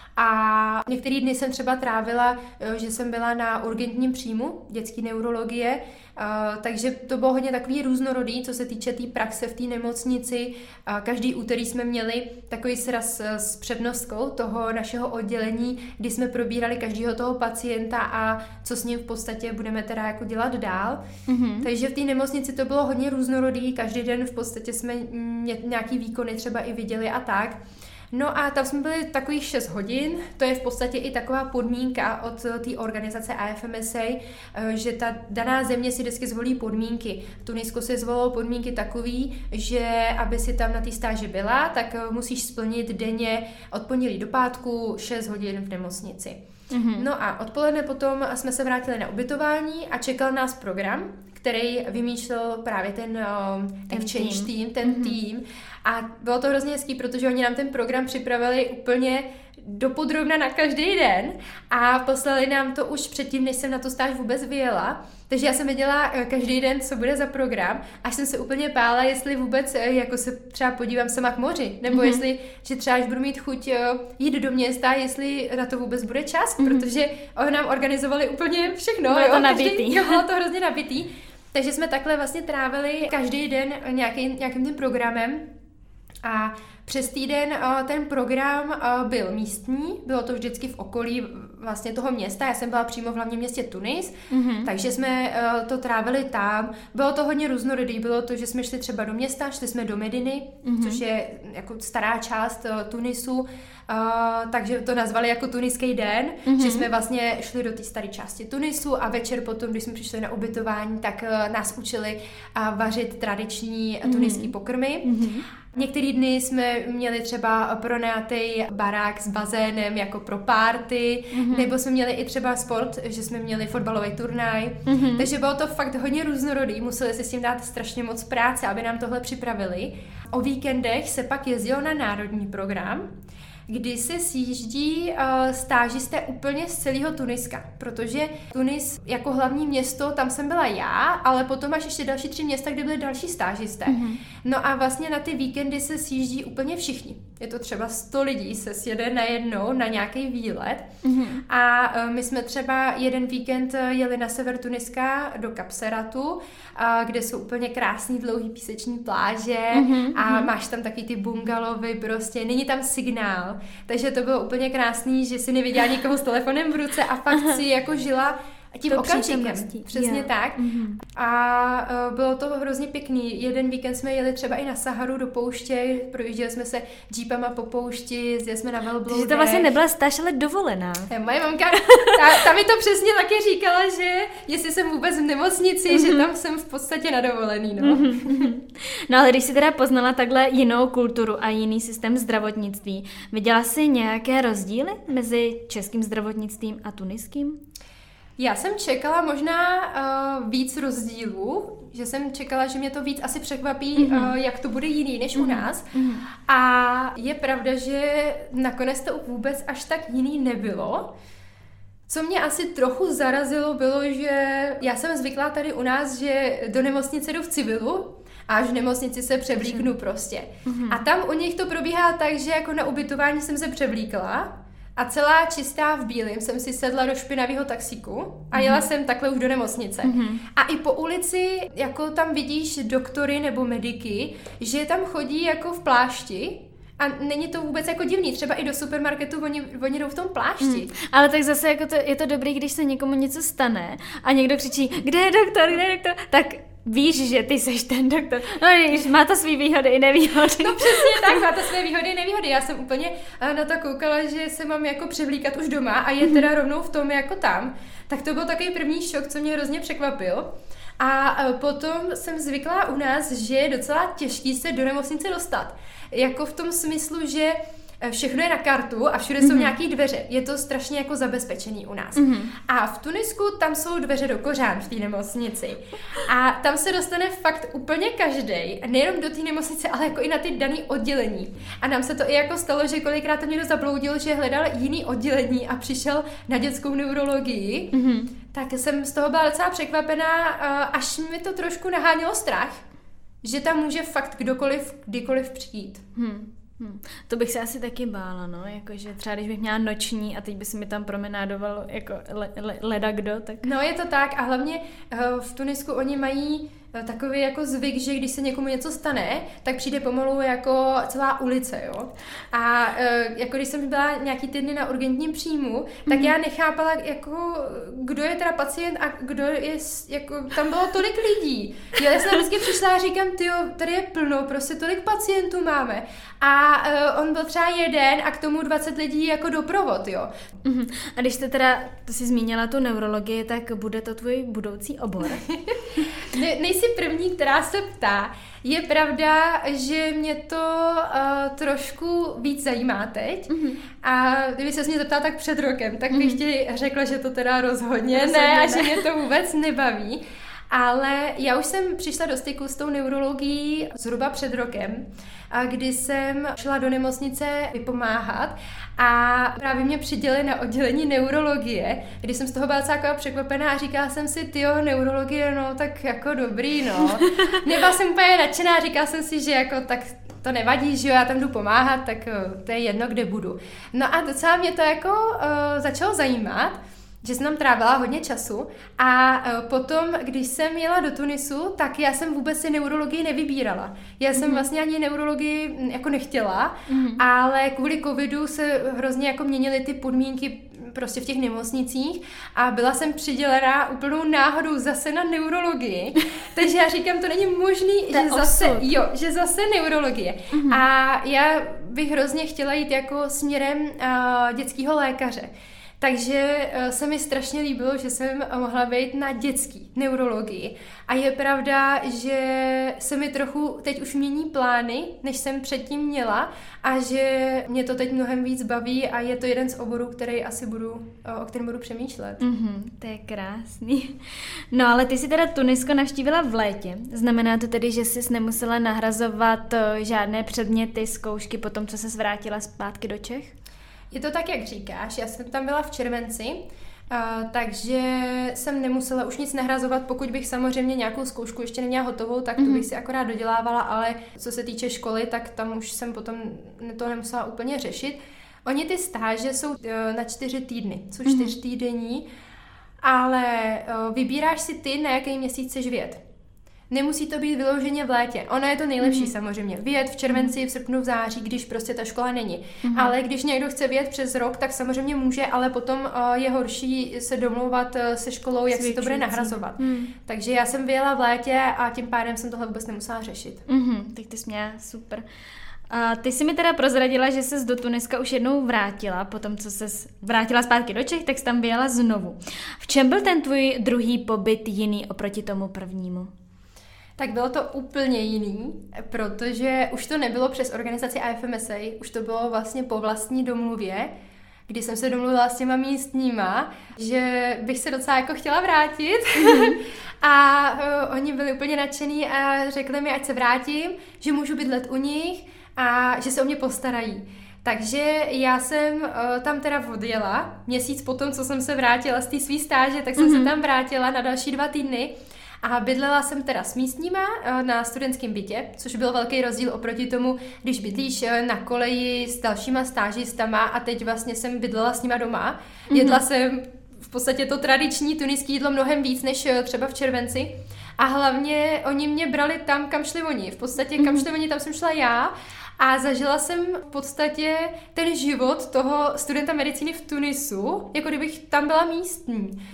A některý dny jsem třeba trávila, že jsem byla na urgentním příjmu dětské neurologie, takže to bylo hodně takový různorodý, co se týče té praxe v té nemocnici. Každý úterý jsme měli takový sraz s přednostkou toho našeho oddělení, kdy jsme probírali každého toho pacienta a co s ním v podstatě budeme teda jako dělat dál. Takže v té nemocnici to bylo hodně různorodý, každý den v podstatě jsme nějaký výkony třeba i viděli a tak. No a tam jsme byli takových 6 hodin, to je v podstatě i taková podmínka od té organizace AFMSA, že ta daná země si vždycky zvolí podmínky. V Tunisku si zvolilo podmínky takový, že aby si tam na té stáži byla, tak musíš splnit denně od pondělí do pátku 6 hodin v nemocnici. No a odpoledne potom jsme se vrátili na ubytování a čekal nás program, který vymýšlel právě ten exchange team, ten tým. A bylo to hrozně hezký, protože oni nám ten program připravili úplně dopodrobna na každý den a poslali nám to už předtím, než jsem na tu stáž vůbec vyjela. Takže já jsem věděla každý den, co bude za program, až jsem se úplně bála, jestli vůbec jako se třeba podívám sama k moři, nebo jestli, že třeba až budu mít chuť jít do města, jestli na to vůbec bude čas, protože nám organizovali úplně všechno. Bylo to nabitý. Bylo to hrozně nabitý. Takže jsme takhle vlastně trávili každý den nějakým tím programem a přes týden ten program byl místní, bylo to vždycky v okolí vlastně toho města, já jsem byla přímo v hlavním městě Tunis, takže jsme to trávili tam, bylo to hodně různorodý, bylo to, že jsme šli třeba do města, šli jsme do Mediny, což je jako stará část Tunisu, takže to nazvali jako tuniský den, že jsme vlastně šli do té staré části Tunisu a večer potom, když jsme přišli na ubytování, tak nás učili vařit tradiční tuniský pokrmy. Některý dny jsme měli třeba pronajatý barák s bazénem jako pro party, nebo jsme měli i třeba sport, že jsme měli fotbalový turnaj, takže bylo to fakt hodně různorodý, museli si s tím dát strašně moc práce, aby nám tohle připravili. O víkendech se pak jezdilo na národní program, kdy se sjíždí stážisté úplně z celého Tuniska, protože Tunis jako hlavní město, tam jsem byla já, ale potom máš ještě další 3 města, kde byly další stážisté. No a vlastně na ty víkendy se sjíždí úplně všichni. Je to třeba 100 lidí se sjede najednou na nějaký výlet a my jsme třeba jeden víkend jeli na sever Tuniska do Kapseratu, kde jsou úplně krásný dlouhý píseční pláže a máš tam taky ty bungalovy, prostě není tam signál, takže to bylo úplně krásný, že si neviděla nikoho s telefonem v ruce a fakt si jako žila tím okamžikem. Přesně tak. A bylo to hrozně pěkný. Jeden víkend jsme jeli třeba i na Saharu do pouště, projížděli jsme se jeepama po poušti, jezdili jsme na velbloudech. Takže to vlastně nebyla stáž, ale dovolená. Moje mamka, ta mi to přesně taky říkala, že jestli jsem vůbec v nemocnici, že tam jsem v podstatě na dovolený, no. No ale když jsi teda poznala takhle jinou kulturu a jiný systém zdravotnictví, viděla jsi nějaké rozdíly mezi českým zdravotnictvím a tuniským? Já jsem čekala možná víc rozdílů, že jsem čekala, že mě to víc asi překvapí, jak to bude jiný než u nás. A je pravda, že nakonec to vůbec až tak jiný nebylo. Co mě asi trochu zarazilo, bylo, že já jsem zvyklá tady u nás, že do nemocnice jdu v civilu a až v nemocnici se převlíknu prostě. A tam u nich to probíhá tak, že jako na ubytování jsem se převlíkla a celá čistá v bílém jsem si sedla do špinavého taxíku a jela jsem takhle už do nemocnice. A i po ulici, jako tam vidíš doktory nebo mediky, že tam chodí jako v plášti a není to vůbec jako divný. Třeba i do supermarketu oni jdou v tom plášti. Ale tak zase jako je to dobrý, když se někomu něco stane a někdo křičí, kde je doktor, tak víš, že ty seš ten doktor. No víš, má to svý výhody i nevýhody. No přesně tak, má to své výhody i nevýhody. Já jsem úplně na to koukala, že se mám jako převlíkat už doma a je teda rovnou v tom jako tam. Tak to byl takový první šok, co mě hrozně překvapil. A potom jsem zvyklá u nás, že je docela těžký se do nemocnice dostat. Jako v tom smyslu, že všechno je na kartu a všude jsou nějaký dveře. Je to strašně jako zabezpečený u nás. A v Tunisku tam jsou dveře do kořán v té nemocnici. A tam se dostane fakt úplně každej. Nejenom do té nemocnice, ale jako i na ty daný oddělení. A nám se to i jako stalo, že kolikrát tam někdo zabloudil, že hledal jiný oddělení a přišel na dětskou neurologii. Tak jsem z toho byla docela překvapená, až mi to trošku nahánělo strach, že tam může fakt kdokoliv, kdykoliv přijít. To bych se asi taky bála, no, jakože třeba když bych měla noční a teď by se mi tam promenádovalo jako leda kdo, tak... No je to tak a hlavně v Tunisku oni mají takový jako zvyk, že když se někomu něco stane, tak přijde pomalu jako celá ulice, jo. A jako když jsem byla nějaký týdny na urgentním příjmu, tak já nechápala, jako kdo je teda pacient a kdo je, jako tam bylo tolik lidí. Já jsem vždycky přišla a říkám, tyjo, tady je plno, prostě tolik pacientů máme. A on byl třeba jeden a k tomu 20 lidí jako doprovod, jo. A když jste teda, to jsi zmínila tu neurologii, tak bude to tvůj budoucí obor? Nejsi první, která se ptá. Je pravda, že mě to trošku víc zajímá teď. A kdyby se mě zeptala tak před rokem, tak bych ti řekla, že to teda rozhodně ne a že mě to vůbec nebaví. Ale já už jsem přišla do styku s tou neurologií zhruba před rokem, kdy jsem šla do nemocnice vypomáhat a právě mě přidělili na oddělení neurologie, kdy jsem z toho byla celá překvapená a říkala jsem si, tyjo, neurologie, no tak jako dobrý, no. Nebyla jsem úplně nadšená, říkala jsem si, že jako tak to nevadí, že jo, já tam jdu pomáhat, tak to je jedno, kde budu. No a docela mě to jako začalo zajímat, že jsem tam trávila hodně času a potom, když jsem jela do Tunisu, tak já jsem vůbec si neurologii nevybírala. Já jsem vlastně ani neurologii jako nechtěla, ale kvůli covidu se hrozně jako měnily ty podmínky prostě v těch nemocnicích a byla jsem přidělená úplnou náhodou zase na neurologii. Takže já říkám, to není možný, že zase neurologie. A já bych hrozně chtěla jít jako směrem dětského lékaře. Takže se mi strašně líbilo, že jsem mohla být na dětský neurologii. A je pravda, že se mi trochu teď už mění plány, než jsem předtím měla a že mě to teď mnohem víc baví a je to jeden z oborů, o kterém budu přemýšlet. To je krásný. No ale ty si teda Tunisko navštívila v létě. Znamená to tedy, že jsi nemusela nahrazovat žádné předměty, zkoušky po tom, co ses vrátila zpátky do Čech? Je to tak, jak říkáš. Já jsem tam byla v červenci, takže jsem nemusela už nic nahrazovat, pokud bych samozřejmě nějakou zkoušku ještě neměla hotovou, tak to bych si akorát dodělávala, ale co se týče školy, tak tam už jsem potom to nemusela úplně řešit. Oni ty stáže jsou na 4 týdny, jsou 4týdenní, ale vybíráš si ty, na jaký měsíc chceš vyjet. Nemusí to být vyloženě v létě. Ono je to nejlepší samozřejmě. Vyjet v červenci, v srpnu, v září, když prostě ta škola není. Ale když někdo chce vyjet přes rok, tak samozřejmě může, ale potom je horší se domlouvat se školou, jak si to bude nahrazovat. Takže já jsem vyjela v létě a tím pádem jsem tohle vůbec nemusela řešit. Tak ty jsi měla super. A ty jsi mi teda prozradila, že ses do Tuniska už jednou vrátila, potom co ses vrátila zpátky do Čech, tak jsi tam vyjela znovu. V čem byl ten tvůj druhý pobyt jiný oproti tomu prvnímu? Tak bylo to úplně jiný, protože už to nebylo přes organizaci IFMSA, už to bylo vlastně po vlastní domluvě, kdy jsem se domluvila s těma místníma, že bych se docela jako chtěla vrátit a oni byli úplně nadšený a řekli mi, ať se vrátím, že můžu bydlet u nich a že se o mě postarají. Takže já jsem tam teda odjela, měsíc potom, co jsem se vrátila z té svý stáže, tak jsem se tam vrátila na další 2 týdny. A bydlela jsem teda s místníma na studentském bytě, což byl velký rozdíl oproti tomu, když bydlíš na koleji s dalšíma stážistama a teď vlastně jsem bydlela s nima doma. Jedla jsem v podstatě to tradiční tuniské jídlo mnohem víc než třeba v červenci. A hlavně oni mě brali tam, kam šli oni. V podstatě kam šli oni, tam jsem šla já. A zažila jsem v podstatě ten život toho studenta medicíny v Tunisu, jako kdybych tam byla místní.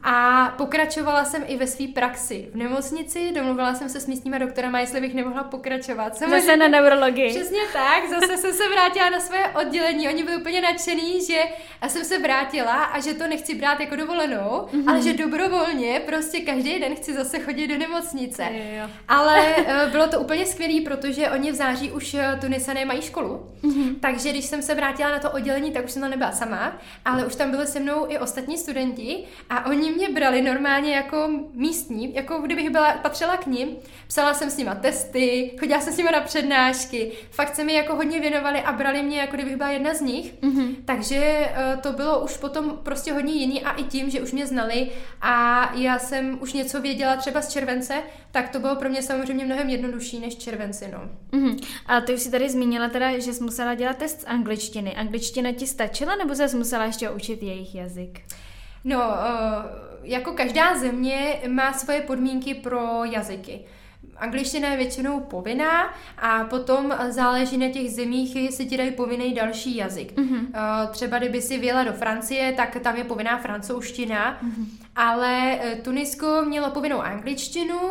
A pokračovala jsem i ve své praxi v nemocnici, domluvila jsem se s místníma doktorama, jestli bych nemohla pokračovat. Zase na neurologii. Přesně tak, zase jsem se vrátila na své oddělení, oni byli úplně nadšený, že jsem se vrátila a že to nechci brát jako dovolenou, ale že dobrovolně prostě každý den chci zase chodit do nemocnice. Ale bylo to úplně skvělý, protože oni v září už Tunisané mají školu, takže když jsem se vrátila na to oddělení, tak už jsem tam nebyla sama, ale už tam byli se mnou i ostatní studenti a oni mě brali normálně jako místní, jako kdybych patřila k nim, psala jsem s nima testy, chodila jsem s nima na přednášky, fakt se mi jako hodně věnovali a brali mě, jako kdybych byla jedna z nich, takže to bylo už potom prostě hodně jiný a i tím, že už mě znali a já jsem už něco věděla třeba z července, tak to bylo pro mě samozřejmě mnohem jednodušší než červenci, no. A ty už si tady zmínila teda, že jsi musela dělat test z angličtiny. Angličtina ti stačila, nebo jsi musela ještě učit jejich jazyk? No, jako každá země má svoje podmínky pro jazyky. Angličtina je většinou povinná a potom záleží na těch zemích, jestli ti dají povinný další jazyk. Třeba kdyby si vyjela do Francie, tak tam je povinná francouzština, ale Tunisko mělo povinnou angličtinu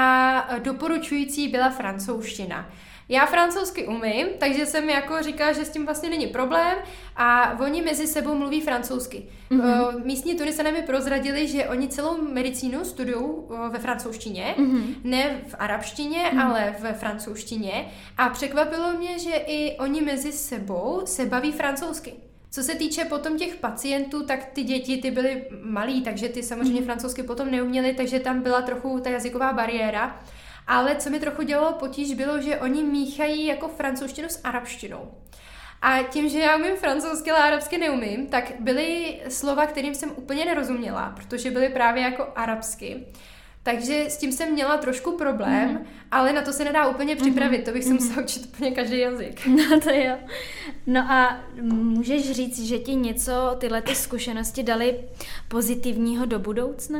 a doporučující byla francouzština. Já francouzsky umím, takže jsem jako říkala, že s tím vlastně není problém a oni mezi sebou mluví francouzsky. Místní Tunisané mi prozradili, že oni celou medicínu studují ve francouzštině, ne v arabštině, ale ve francouzštině a překvapilo mě, že i oni mezi sebou se baví francouzsky. Co se týče potom těch pacientů, tak ty děti, ty byly malí, takže ty samozřejmě francouzsky potom neuměli, takže tam byla trochu ta jazyková bariéra. Ale co mi trochu dělalo potíž, bylo, že oni míchají jako francouzštinu s arabštinou. A tím, že já umím francouzsky, ale arabsky neumím, tak byly slova, kterým jsem úplně nerozuměla, protože byly právě jako arabsky. Takže s tím jsem měla trošku problém, ale na to se nedá úplně připravit, to bych se musela učit úplně každý jazyk. No to jo. No a můžeš říct, že ti něco tyhle ty zkušenosti daly pozitivního do budoucna?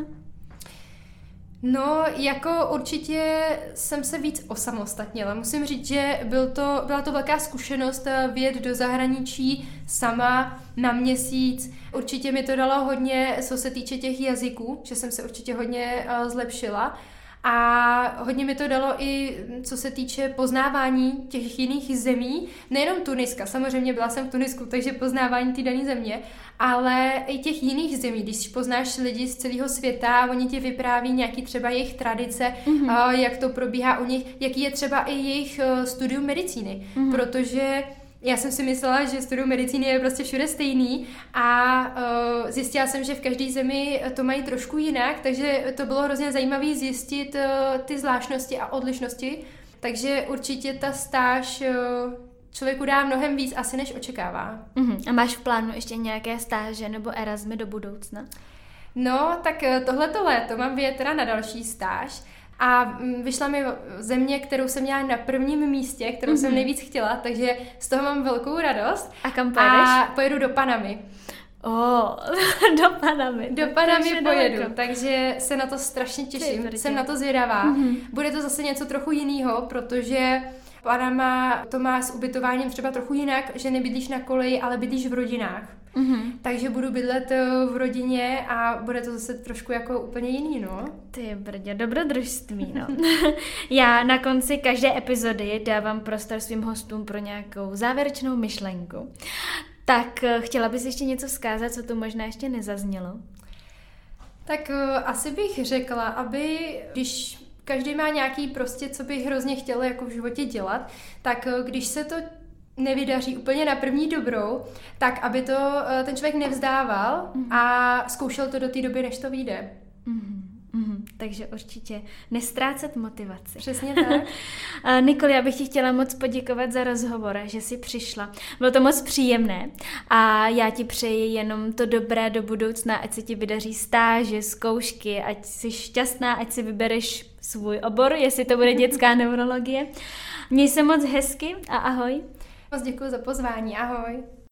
No, jako určitě jsem se víc osamostatnila. Musím říct, že byla to velká zkušenost vyjet do zahraničí sama na měsíc. Určitě mi to dalo hodně, co se týče těch jazyků, že jsem se určitě hodně zlepšila. A hodně mi to dalo i co se týče poznávání těch jiných zemí, nejenom Tuniska, samozřejmě byla jsem v Tunisku, takže poznávání té dané země, ale i těch jiných zemí, když poznáš lidi z celého světa, oni ti vypráví nějaký třeba jejich tradice, jak to probíhá u nich, jaký je třeba i jejich studium medicíny, protože já jsem si myslela, že studium medicíny je prostě všude stejný a zjistila jsem, že v každé zemi to mají trošku jinak, takže to bylo hrozně zajímavé zjistit ty zvláštnosti a odlišnosti, takže určitě ta stáž člověku dá mnohem víc asi, než očekává. A máš v plánu ještě nějaké stáže nebo Erasmy do budoucna? No, tak tohleto léto mám vyjet teda na další stáž. A vyšla mi země, kterou jsem měla na prvním místě, kterou jsem nejvíc chtěla, takže z toho mám velkou radost. A kam pojedeš? A pojedu do Panamy. Do Panamy. Do Panamy pojedu, takže se na to strašně těším. Jsem na to zvědavá. Bude to zase něco trochu jiného, protože Panama to má s ubytováním třeba trochu jinak, že nebydlíš na koleji, ale bydlíš v rodinách. Takže budu bydlet v rodině a bude to zase trošku jako úplně jiný, no. Ty brdě, dobrodružství, no. Já na konci každé epizody dávám prostor svým hostům pro nějakou závěrečnou myšlenku. Tak chtěla bys ještě něco vzkázat, co tu možná ještě nezaznělo? Tak asi bych řekla, aby když každý má nějaký prostě, co by hrozně chtěl jako v životě dělat, tak když se to nevydaří úplně na první dobrou, tak aby to ten člověk nevzdával a zkoušel to do té doby, než to vyjde. Takže určitě nestrácet motivaci. Přesně tak. Nikoli, já bych ti chtěla moc poděkovat za rozhovor, že jsi přišla. Bylo to moc příjemné a já ti přeji jenom to dobré do budoucna, ať se ti vydaří stáže, zkoušky, ať jsi šťastná, ať si vybereš svůj obor, jestli to bude dětská neurologie. Měj se moc hezky a ahoj. Moc děkuji za pozvání, ahoj.